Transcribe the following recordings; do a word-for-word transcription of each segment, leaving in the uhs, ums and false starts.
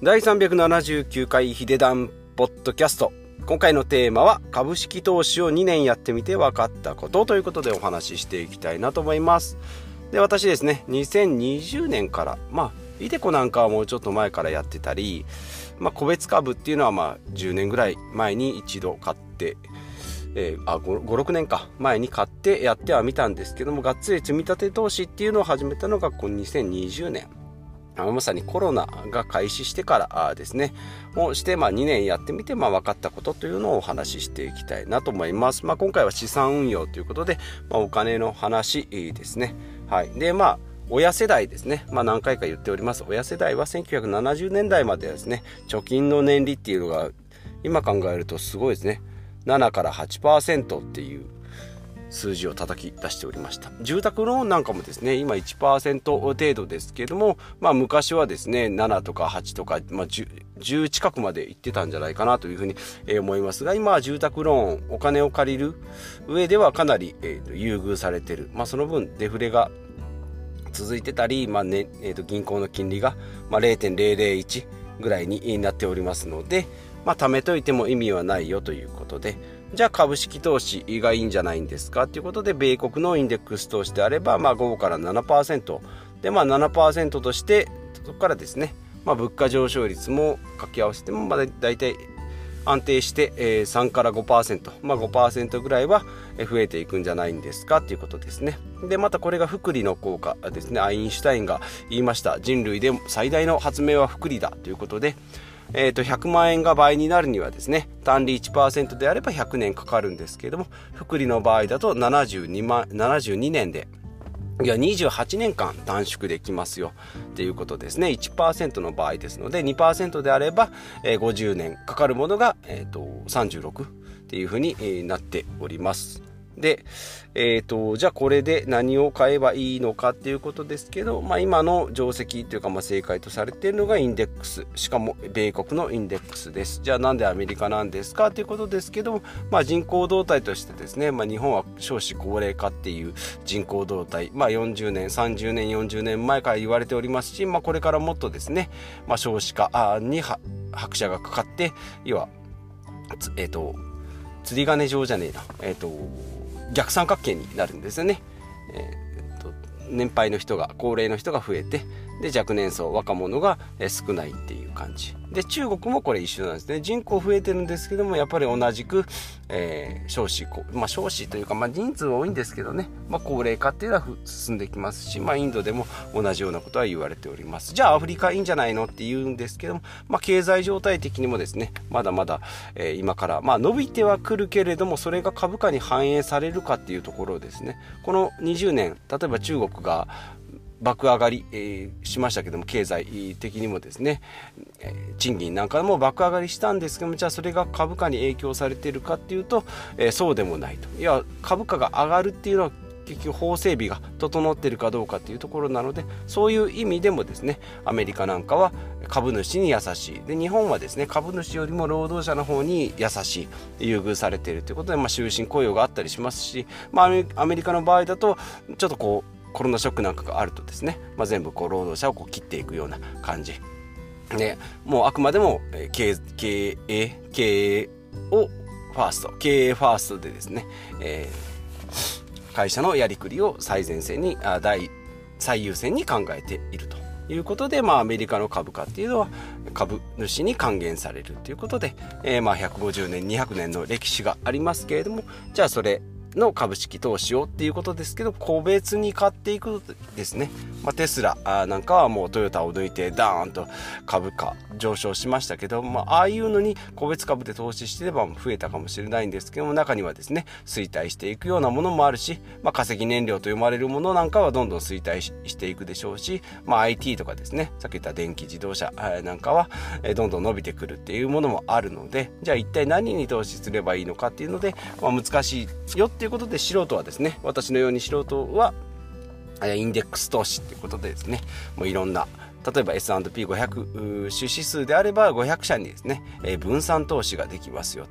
だいさんびゃくななじゅうきゅうかいヒデダンポッドキャスト。今回のテーマは株式投資をにねんやってみて分かったことということでお話ししていきたいなと思います。で、私ですね、にせんにじゅうねんからまあイデコなんかはもうちょっと前からやってたり、まあ、個別株っていうのはまあじゅうねんぐらい前に一度買って、えー、あご、ろくねんか前に買ってやってはみたんですけども、がっつり積み立て投資っていうのを始めたのがこのにせんにじゅうねん、まさにコロナが開始してからですねをして、まあ、にねんやってみて、まあ、分かったことというのをお話ししていきたいなと思います。まあ、今回は資産運用ということで、まあ、お金の話ですね。はい。で、まあ親世代ですね、まあ、何回か言っております。親世代はせんきゅうひゃくななじゅうねんだいまでですね、貯金の年利っていうのが今考えるとすごいですね。ななから はちパーセント っていう数字を叩き出しておりました。住宅ローンなんかもですね、今 いちパーセント 程度ですけれども、まあ昔はですねななとかはちとか、まあ、10, じゅう近くまで行ってたんじゃないかなというふうに思いますが、今は住宅ローン、お金を借りる上ではかなり、えー、優遇されている。まあその分デフレが続いてたり、まあねえー、と銀行の金利が、まあ、れいてんぜろぜろいち ぐらいになっておりますので、まあ貯めといても意味はないよということで、じゃあ株式投資がいいんじゃないんですかということで、米国のインデックス投資であれば、まあ、ごから ななパーセント で、まあ、ななパーセント としてそこからですね、まあ、物価上昇率も掛け合わせても、まあ、だいたい安定して、えー、さんから ごパーセント、まあ、ごパーセント ぐらいは増えていくんじゃないんですかということですね。で、またこれが複利の効果ですね。アインシュタインが言いました。人類で最大の発明は複利だということで、えー、とひゃくまんえんが倍になるにはですね、単利 いちパーセント であればひゃくねんかかるんですけれども、複利の場合だとななじゅうにねんで、いやにじゅうはちねんかん短縮できますよっていうことですね。 いちパーセント の場合ですので、 にパーセント であれば、えー、ごじゅうねんかかるものが、えー、とさんじゅうろくっていうふうに、えー、なっております。で、えーと、じゃあこれで何を買えばいいのかっていうことですけど、まあ、今の定石というか、まあ正解とされているのがインデックス、しかも米国のインデックスです。じゃあなんでアメリカなんですかということですけど、まあ、人口動態としてですね、まあ、日本は少子高齢化っていう人口動態、まあ、よんじゅうねんさんじゅうねんよんじゅうねんまえから言われておりますし、まあ、これからもっとですね、まあ、少子化に拍車がかかって、要はえっ、ー、と釣り鐘状じゃねえなえっ、ー、と逆三角形になるんですよね。えー、と年配の人が高齢の人が増えて、で若年層若者が少ないっていう感じで、中国もこれ一緒なんですね。人口増えてるんですけども、やっぱり同じく、えー、少子、まあ、少子というか、まあ、人数は多いんですけどね、まあ、高齢化っていうのは進んできますし、まあ、インドでも同じようなことは言われております。じゃあアフリカいいんじゃないのって言うんですけども、まあ、経済状態的にもですね、まだまだ、えー、今から、まあ、伸びてはくるけれども、それが株価に反映されるかっていうところですね。このにじゅうねん、例えば中国が爆上がり、えー、しましたけども、経済的にもですね、えー、賃金なんかも爆上がりしたんですけども、じゃあそれが株価に影響されているかっていうと、えー、そうでもないと。いや、株価が上がるっていうのは結局法整備が整っているかどうかっていうところなので、そういう意味でもですね、アメリカなんかは株主に優しい。で、日本はですね、株主よりも労働者の方に優しい、優遇されているということで、まあ、終身雇用があったりしますし、まあ、アメリカの場合だとちょっとこうコロナショックなんかがあるとですね、まあ、全部こう労働者をこう切っていくような感じで、もうあくまでも経営経営をファースト経営ファーストでですね、えー、会社のやりくりを最前線にあ大最優先に考えているということで、まあ、アメリカの株価っていうのは株主に還元されるということで、えー、まあひゃくごじゅうねんにひゃくねんの歴史がありますけれども、じゃあそれの株式投資をっていうことですけど、個別に買っていくですね、まあ、テスラなんかはもうトヨタを抜いてダーンと株価上昇しましたけど、まあ、ああいうのに個別株で投資してれば増えたかもしれないんですけども、中にはですね衰退していくようなものもあるし、まあ、化石燃料と呼ばれるものなんかはどんどん衰退していくでしょうし、まあ、アイティー とかですね、さっき言った電気自動車なんかはどんどん伸びてくるっていうものもあるので、じゃあ一体何に投資すればいいのかっていうので、まあ、難しいよってということで、素人はですね、私のように素人はインデックス投資っていうことでですね、もういろんな、例えば エスアンドピーごひゃく 種指数であればごひゃくしゃにですね、分散投資ができますよと。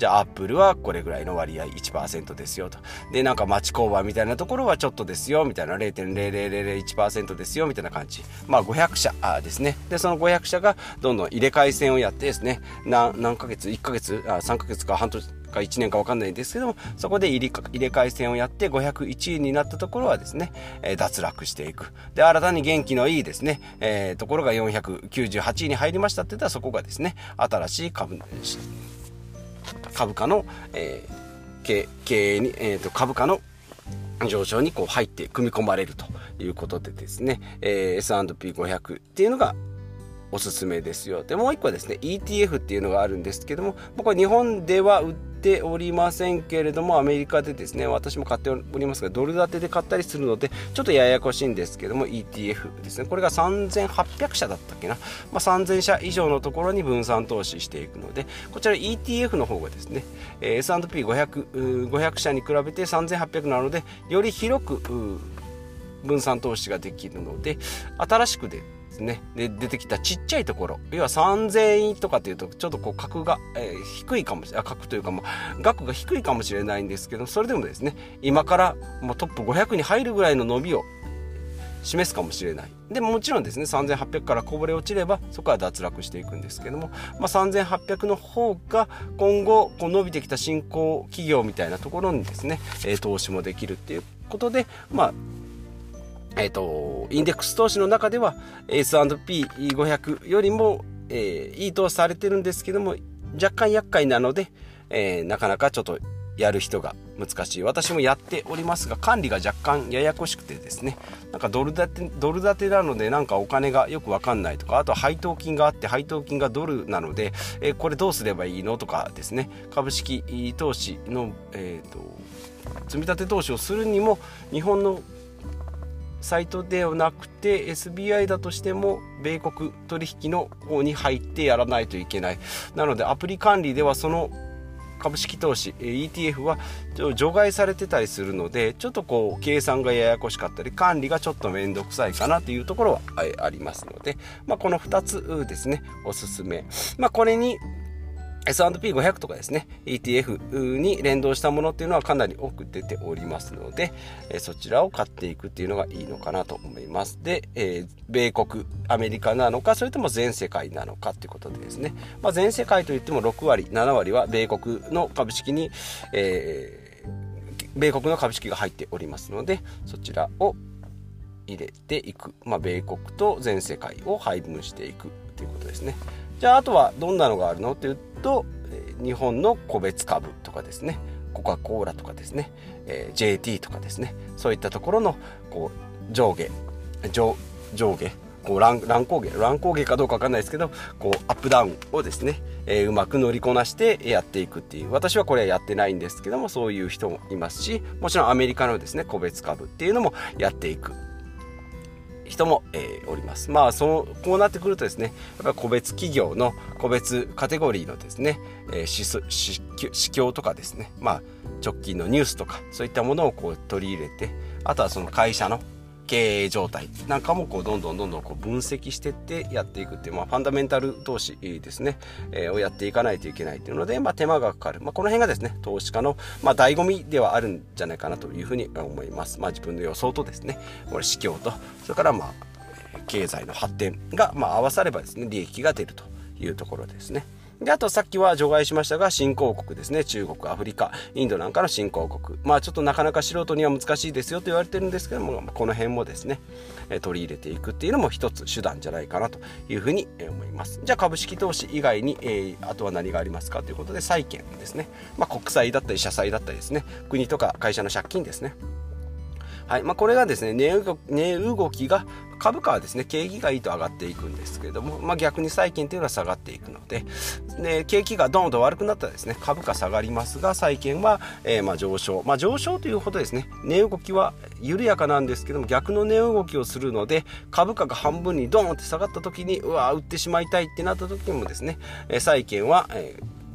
じゃあアップルはこれぐらいの割合 いちパーセント ですよと。で、なんか町工場みたいなところはちょっとですよみたいな ゼロてんゼロゼロゼロいちパーセント ですよみたいな感じ。まあごひゃくしゃですね。で、そのごひゃくしゃがどんどん入れ替え戦をやってですね、何, 何ヶ月いっかげつあさんかげつか半年かいちねんか分かんないんですけども、そこで入れ入れ替え戦をやってごひゃくいちいになったところはですね、えー、脱落していく。で、新たに元気のいいですね、えー、ところがよんひゃくきゅうじゅうはちいに入りましたって言ったら、そこがですね、新しい株株価の、えー、経, 経営に、えー、と株価の上昇にこう入って組み込まれるということでですね、えー、エスアンドピーごひゃく っていうのがおすすめですよ。で、もう一個はですね イーティーエフ っていうのがあるんですけども、これ日本では売っておりませんけれども、アメリカでですね、私も買っておりますが、ドル建てで買ったりするのでちょっとややこしいんですけども、 イーティーエフ ですね。これがさんぜんはっぴゃくしゃだったっけな、まあ、さんぜんしゃ以上のところに分散投資していくので、こちら イーティーエフ の方がですね エスアンドピーごひゃく ごひゃくしゃに比べてさんぜんはっぴゃくなので、より広く分散投資ができるので、新しくでですね、で出てきたちっちゃいところ、要はさんぜんえんとかっていうとちょっとこう額が、えー、低いかもしれない、額というかもう額が低いかもしれないんですけど、それでもですね、今からもうトップごひゃくに入るぐらいの伸びを示すかもしれない。でもちろんですね、さんぜんはっぴゃくからこぼれ落ちればそこは脱落していくんですけども、まあ、さんぜんはっぴゃくの方が今後こう伸びてきた新興企業みたいなところにですね、えー、投資もできるっていうことで、まあえーと、インデックス投資の中では エスアンドピーごひゃく よりも、えー、いいとされてるんですけども、若干厄介なので、えー、なかなかちょっとやる人が難しい。私もやっておりますが、管理が若干ややこしくてですね、なんかドル建てドル建てなのでなんかお金がよくわかんないとか、あとは配当金があって配当金がドルなので、えー、これどうすればいいのとかですね、株式投資の、えーと、積み立て投資をするにも日本のサイトではなくて エスビーアイ だとしても米国取引の方に入ってやらないといけない。なのでアプリ管理ではその株式投資 イーティーエフ は除外されてたりするので、ちょっとこう計算がややこしかったり管理がちょっと面倒くさいかなというところはありますので、まあ、このふたつですね、おすすめ。まあ、これにエスアンドピーごひゃく とかですね イーティーエフ に連動したものっていうのはかなり多く出ておりますので、えー、そちらを買っていくっていうのがいいのかなと思います。で、えー、米国アメリカなのか、それとも全世界なのかということでですね、まあ、全世界といってもろくわりななわりは米国の株式に、えー、米国の株式が入っておりますので、そちらを入れていく、まあ、米国と全世界を配分していくということですね。じゃああとはどんなのがあるのっていうと、えー、日本の個別株とかですね、コカ・コーラとかですね、えー、ジェーティー とかですね、そういったところのこう上下上上下こう乱乱高下乱高下かどうかわかんないですけど、こうアップダウンをですね、えー、うまく乗りこなしてやっていくっていう、私はこれはやってないんですけども、そういう人もいますし、もちろんアメリカのですね個別株っていうのもやっていく人も、えー、おります。まあそうこうなってくるとですね、やっぱり個別企業の個別カテゴリーのですね、えー、指標とかですね、まあ直近のニュースとかそういったものをこう取り入れて、あとはその会社の経営状態なんかもこうどんどんどんどんこう分析していってやっていくっていう、まあ、ファンダメンタル投資ですね、えー、をやっていかないといけないというので、まあ、手間がかかる、まあ、この辺がですね投資家の、まあ、醍醐味ではあるんじゃないかなというふうに思います。まあ、自分の予想とですね、これ市況とそれからまあ経済の発展がまあ合わさればですね利益が出るというところですね。で、あとさっきは除外しましたが新興国ですね、中国、アフリカ、インドなんかの新興国、まあちょっとなかなか素人には難しいですよと言われてるんですけども、この辺もですね取り入れていくっていうのも一つ手段じゃないかなというふうに思います。じゃあ株式投資以外に、えー、あとは何がありますかということで、債券ですね、まあ、国債だったり社債だったりですね、国とか会社の借金ですね。はい、まあ、これがですね値動き、値動きが株価はですね景気がいいと上がっていくんですけれども、まあ、逆に債券というのは下がっていくので、で景気がドーンと悪くなったらですね株価下がりますが、債券は、えー、まあ上昇、まあ、上昇というほどですね値動きは緩やかなんですけども、逆の値動きをするので、株価が半分にドーンって下がった時にうわ売ってしまいたいってなった時にもですね債券は、えー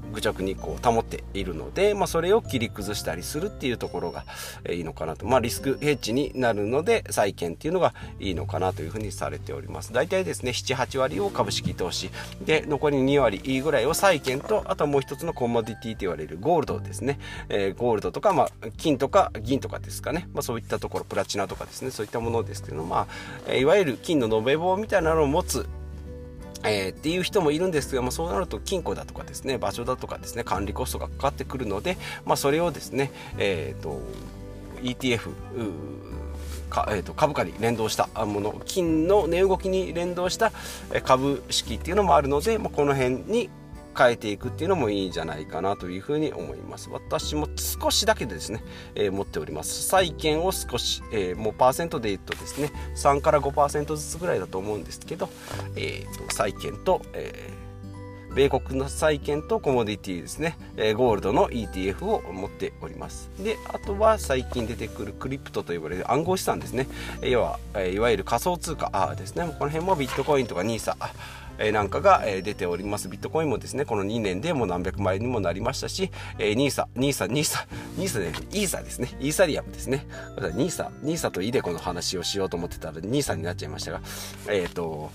愚直にこう保っているので、まあ、それを切り崩したりするっていうところがいいのかなと、まあ、リスクヘッジになるので債券っていうのがいいのかなというふうにされております。大体ですねななはちわりを株式投資で、残りにわりぐらいを債券と、あとはもう一つのコモディティと言われるゴールドですね、えー、ゴールドとか、まあ、金とか銀とかですかね、まあ、そういったところ、プラチナとかですね、そういったものですけど、まあ、いわゆる金の延べ棒みたいなのを持つえー、っていう人もいるんですけども、そうなると金庫だとかですね、場所だとかですね、管理コストがかかってくるので、まあ、それをですね、えー、と イーティーエフ か、えー、と株価に連動したもの、金の値動きに連動した株式っていうのもあるので、まあ、この辺に変えていくっていうのもいいんじゃないかなというふうに思います。私も少しだけでですね、えー、持っております。債券を少し、えー、もうパーセントで言うとですね、さんからごパーセントずつぐらいだと思うんですけど、えー、と債券と、えー、米国の債券とコモディティですね、えー、ゴールドの イーティーエフ を持っております。で、あとは最近出てくるクリプトと呼ばれる暗号資産ですね。要は、えー、いわゆる仮想通貨あですね、この辺もビットコインとかニーサなんかが出ております。ビットコインもですね、このにねんでもう何百万円にもなりましたし、ニーサ、ニーサ、ニーサ、ニーサで、イーサですね、イーサリアムですね。ニーサ、ニーサとイデコの話をしようと思ってたらニーサになっちゃいましたが、えっと、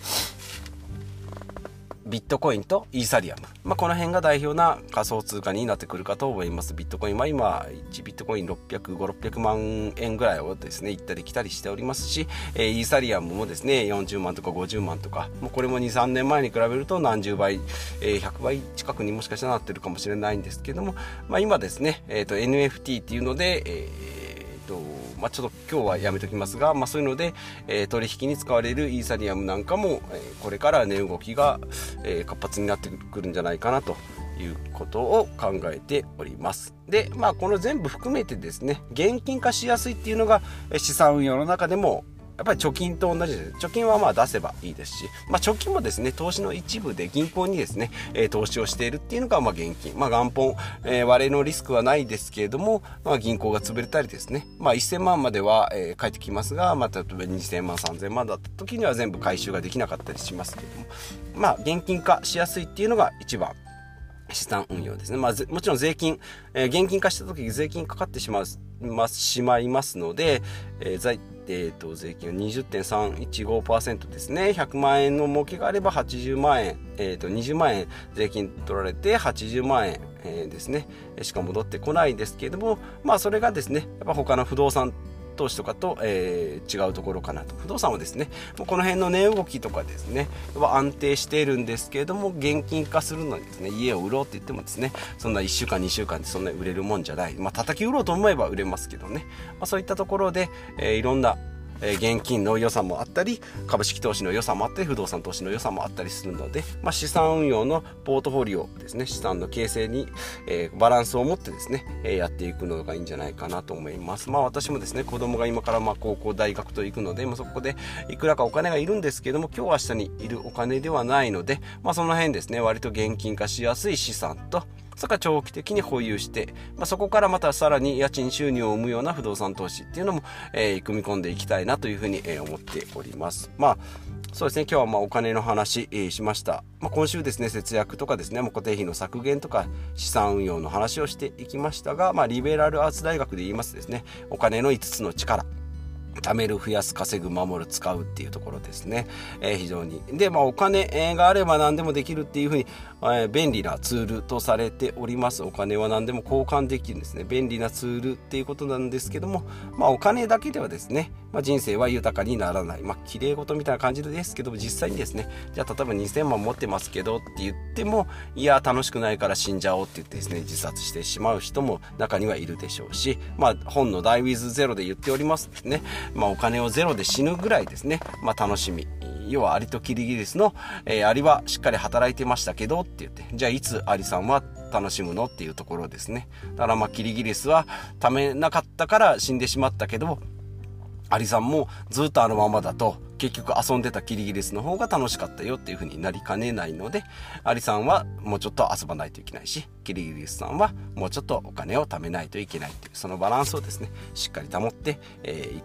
ビットコインとイーサリアム、まあ、この辺が代表な仮想通貨になってくるかと思います。ビットコインは今いちビットコインろっぴゃく、ごひゃく、ろっぴゃくまんえんぐらいをですね行ったり来たりしておりますし、えー、イーサリアムもですねよんじゅうまんとかごじゅうまんとか、もうこれも にさんねんまえに比べると何十倍、えー、ひゃくばい近くにもしかしたらなってるかもしれないんですけども、まあ、今ですね、えーと、エヌエフティー っていうので、えーとまあ、ちょっと今日はやめときますが、まあ、そういうので、えー、取引に使われるイーサリアムなんかも、えー、これから値動きが、えー、活発になってくるんじゃないかなということを考えております。で、まあこの全部含めてですね、現金化しやすいっていうのが資産運用の中でもやっぱり貯金と同じです。貯金はまあ出せばいいですし、まあ、貯金もですね投資の一部で銀行にですね、えー、投資をしているっていうのがまあ現金、まあ、元本、えー、割れのリスクはないですけれども、まあ、銀行が潰れたりですね、まあ、せんまんまでは、えー、返ってきますが、まあ、例えばにせんまんさんぜんまんだった時には全部回収ができなかったりしますけれども、まあ現金化しやすいっていうのが一番資産運用ですね。まあ、もちろん税金、えー、現金化した時に税金かかってしまうましまいますので、えー財えー、と税金は にじゅってんさんいちごパーセント ですね。ひゃくまんえんの儲けがあればはちじゅうまんえん、えー、とにじゅうまんえん税金取られてはちじゅうまんえん、えー、ですねしか戻ってこないですけれども、まあそれがですねやっぱ他の不動産投資とかと、えー、違うところかなと。不動産はですねこの辺の値動きとかですねは安定しているんですけれども、現金化するのにですね家を売ろうって言ってもですねそんないっしゅうかんにしゅうかんでそんなに売れるもんじゃない。まあ叩き売ろうと思えば売れますけどね、まあ、そういったところで、えー、いろんな現金の良さもあったり、株式投資の良さもあったり、不動産投資の良さもあったりするので、まあ、資産運用のポートフォリオですね、資産の形成に、えー、バランスを持ってですね、えー、やっていくのがいいんじゃないかなと思います。まあ私もですね、子供が今からまあ高校、大学と行くので、まあ、そこでいくらかお金がいるんですけども、今日明日にいるお金ではないので、まあその辺ですね、割と現金化しやすい資産と、それから長期的に保有して、まあ、そこからまたさらに家賃収入を生むような不動産投資っていうのも、えー、組み込んでいきたいなというふうに、えー、思っております。まあそうですね、今日はまあお金の話、えー、しました。まあ、今週ですね節約とかですね固定費の削減とか資産運用の話をしていきましたが、まあ、リベラルアーツ大学で言いますですねお金のいつつの力、貯める、増やす、稼ぐ、守る、使うっていうところですね、えー、非常にで、まあ、お金があれば何でもできるっていうふうに、えー、便利なツールとされております。お金は何でも交換できるんですね。便利なツールっていうことなんですけども、まあ、お金だけではですね、まあ、人生は豊かにならない、まあ、綺麗事みたいな感じですけども、実際にですねじゃあ例えばにせんまん持ってますけどって言っても、いや楽しくないから死んじゃおうって言ってですね自殺してしまう人も中にはいるでしょうし、まあ、本のダイウィズゼロで言っておりますですね、まあ、お金をゼロで死ぬぐらいですね、まあ、楽しみ、要はアリとキリギリスの、えー、アリはしっかり働いてましたけどって言って、じゃあいつアリさんは楽しむのっていうところですね。だからまあキリギリスは貯めなかったから死んでしまったけど、アリさんもずっとあのままだと結局遊んでたキリギリスの方が楽しかったよっていう風になりかねないので、アリさんはもうちょっと遊ばないといけないし、キリギリスさんはもうちょっとお金を貯めないといけないっていう、そのバランスをですねしっかり保ってい、えー、こうと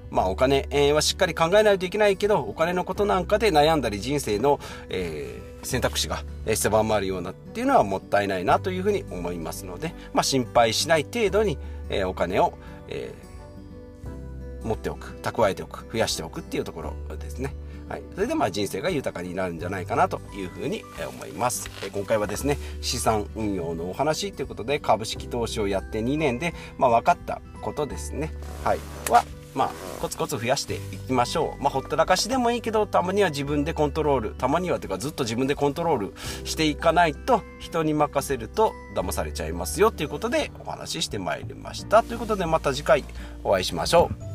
まあお金はしっかり考えないといけないけど、お金のことなんかで悩んだり人生の、えー、選択肢が狭まるようなっていうのはもったいないなというふうに思いますので、まあ心配しない程度に、えー、お金を、えー、持っておく、蓄えておく、増やしておくっていうところですね。はい、それでまあ人生が豊かになるんじゃないかなというふうに思います。今回はですね、資産運用のお話ということで、株式投資をやってにねんで、まあ、分かったことですね、はい、はまあコツコツ増やしていきましょう。まあほったらかしでもいいけど、たまには自分でコントロール、たまにはというかずっと自分でコントロールしていかないと、人に任せると騙されちゃいますよということでお話ししてまいりました。ということでまた次回お会いしましょう。